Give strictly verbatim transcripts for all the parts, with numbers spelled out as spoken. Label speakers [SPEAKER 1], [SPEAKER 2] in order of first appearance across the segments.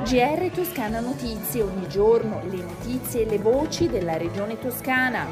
[SPEAKER 1] G R Toscana Notizie, ogni giorno le notizie e le voci della regione toscana.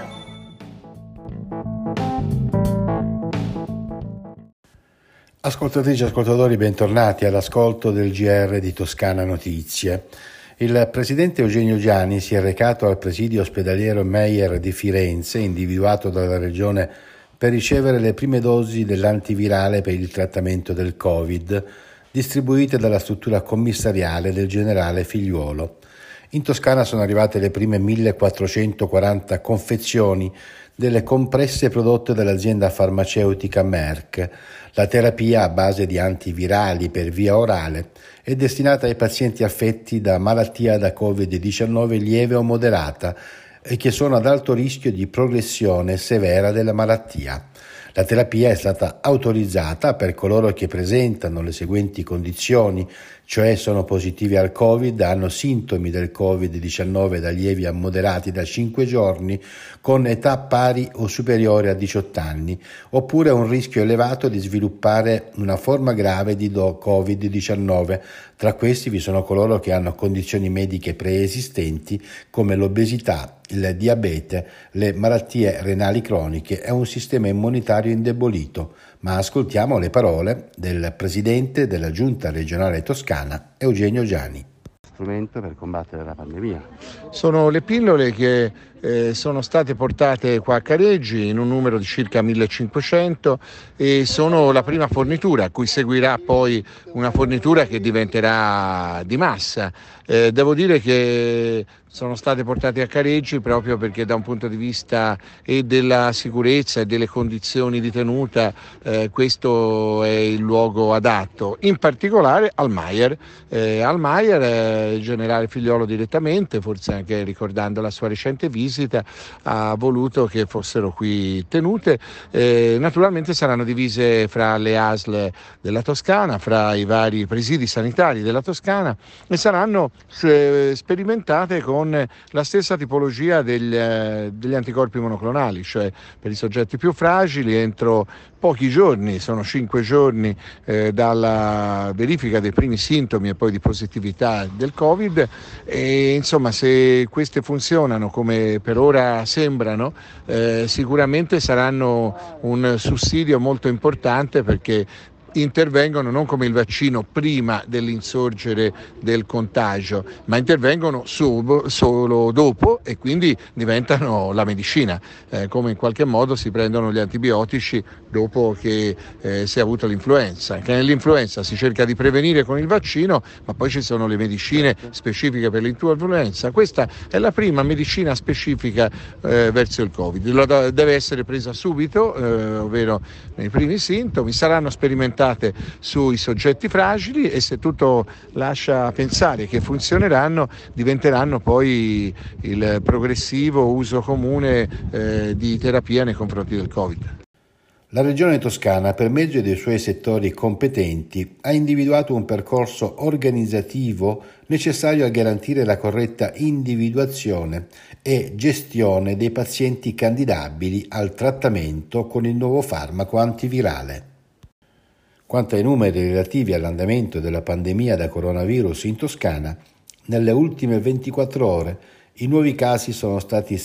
[SPEAKER 2] Ascoltatrici e ascoltatori, bentornati all'ascolto del G R di Toscana Notizie. Il presidente Eugenio Giani si è recato al presidio ospedaliero Meyer di Firenze, individuato dalla regione per ricevere le prime dosi dell'antivirale per il trattamento del Covid, distribuite dalla struttura commissariale del generale Figliuolo. In Toscana sono arrivate le prime millequattrocentoquaranta confezioni delle compresse prodotte dall'azienda farmaceutica Merck. La terapia a base di antivirali per via orale è destinata ai pazienti affetti da malattia da covid diciannove lieve o moderata e che sono ad alto rischio di progressione severa della malattia. La terapia è stata autorizzata per coloro che presentano le seguenti condizioni, cioè sono positivi al Covid, hanno sintomi del covid diciannove da lievi a moderati da cinque giorni, con età pari o superiore a diciotto anni, oppure un rischio elevato di sviluppare una forma grave di covid diciannove. Tra questi vi sono coloro che hanno condizioni mediche preesistenti come l'obesità, il diabete, le malattie renali croniche e un sistema immunitario indebolito. Ma ascoltiamo le parole del presidente della Giunta regionale toscana, Eugenio Giani.
[SPEAKER 3] Strumento per combattere la pandemia.
[SPEAKER 4] Sono le pillole che eh, sono state portate qua a Careggi in un numero di circa millecinquecento e sono la prima fornitura, a cui seguirà poi una fornitura che diventerà di massa. Eh, devo dire che sono state portate a Careggi proprio perché da un punto di vista e della sicurezza e delle condizioni di tenuta eh, questo è il luogo adatto, in particolare al Meyer. Eh, al Meyer eh, il generale Figliuolo direttamente, forse anche ricordando la sua recente visita, ha voluto che fossero qui tenute. Eh, naturalmente saranno divise fra le A S L della Toscana, fra i vari presidi sanitari della Toscana e saranno eh, sperimentate con la stessa tipologia degli, eh, degli anticorpi monoclonali, cioè per i soggetti più fragili entro pochi giorni, sono cinque giorni eh, dalla verifica dei primi sintomi e poi di positività del Covid e insomma se queste funzionano come per ora sembrano eh, sicuramente saranno un sussidio molto importante perché intervengono non come il vaccino prima dell'insorgere del contagio, ma intervengono sub, solo dopo e quindi diventano la medicina, eh, come in qualche modo si prendono gli antibiotici dopo che eh, si è avuto l'influenza. Che nell'influenza si cerca di prevenire con il vaccino, ma poi ci sono le medicine specifiche per l'influenza. Questa è la prima medicina specifica eh, verso il Covid. La deve essere presa subito, eh, ovvero nei primi sintomi, saranno sperimentate sui soggetti fragili e se tutto lascia pensare che funzioneranno diventeranno poi il progressivo uso comune eh, di terapia nei confronti del Covid.
[SPEAKER 2] La Regione Toscana, per mezzo dei suoi settori competenti, ha individuato un percorso organizzativo necessario a garantire la corretta individuazione e gestione dei pazienti candidabili al trattamento con il nuovo farmaco antivirale. Quanto ai numeri relativi all'andamento della pandemia da coronavirus in Toscana, nelle ultime ventiquattro ore i nuovi casi sono stati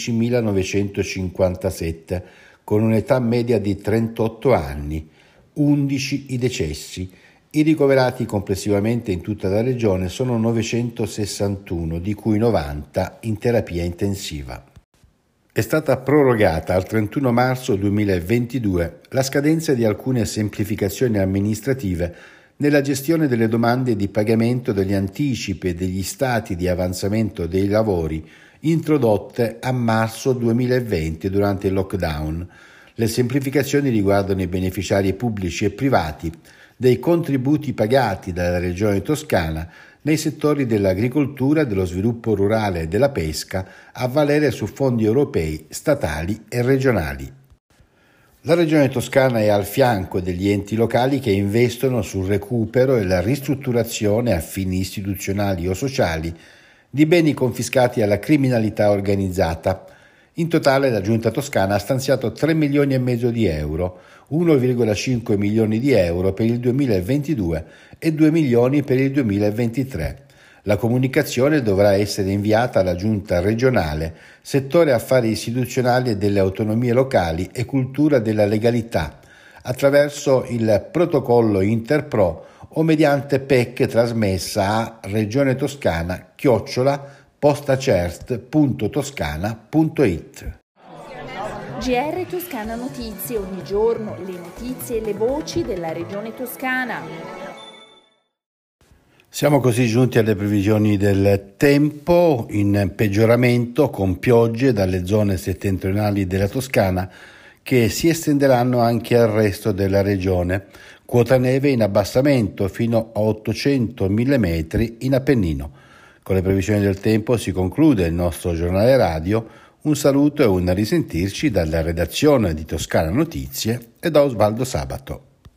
[SPEAKER 2] sedicimilanovecentocinquantasette, con un'età media di trentotto anni, undici i decessi. I ricoverati complessivamente in tutta la regione sono novecentosessantuno, di cui novanta in terapia intensiva. È stata prorogata al trentuno marzo duemilaventidue la scadenza di alcune semplificazioni amministrative nella gestione delle domande di pagamento degli anticipi e degli stati di avanzamento dei lavori introdotte a marzo duemilaventi durante il lockdown. Le semplificazioni riguardano i beneficiari pubblici e privati dei contributi pagati dalla Regione Toscana nei settori dell'agricoltura, dello sviluppo rurale e della pesca a valere su fondi europei, statali e regionali. La Regione Toscana è al fianco degli enti locali che investono sul recupero e la ristrutturazione a fini istituzionali o sociali di beni confiscati alla criminalità organizzata. In totale la Giunta Toscana ha stanziato tre milioni e mezzo di euro, uno virgola cinque milioni di euro per il duemilaventidue e due milioni per il duemilaventitré. La comunicazione dovrà essere inviata alla Giunta regionale, settore affari istituzionali e delle autonomie locali e cultura della legalità, attraverso il protocollo Interpro o mediante P E C trasmessa a regione toscana chiocciola postacert punto toscana punto it.
[SPEAKER 1] G R Toscana Notizie, ogni giorno le notizie e le voci della regione toscana.
[SPEAKER 2] Siamo così giunti alle previsioni del tempo, in peggioramento con piogge dalle zone settentrionali della Toscana che si estenderanno anche al resto della regione. Quota neve in abbassamento fino a ottocento millimetri in Appennino. Con le previsioni del tempo si conclude il nostro giornale radio. Un saluto e un risentirci dalla redazione di Toscana Notizie e da Osvaldo Sabato.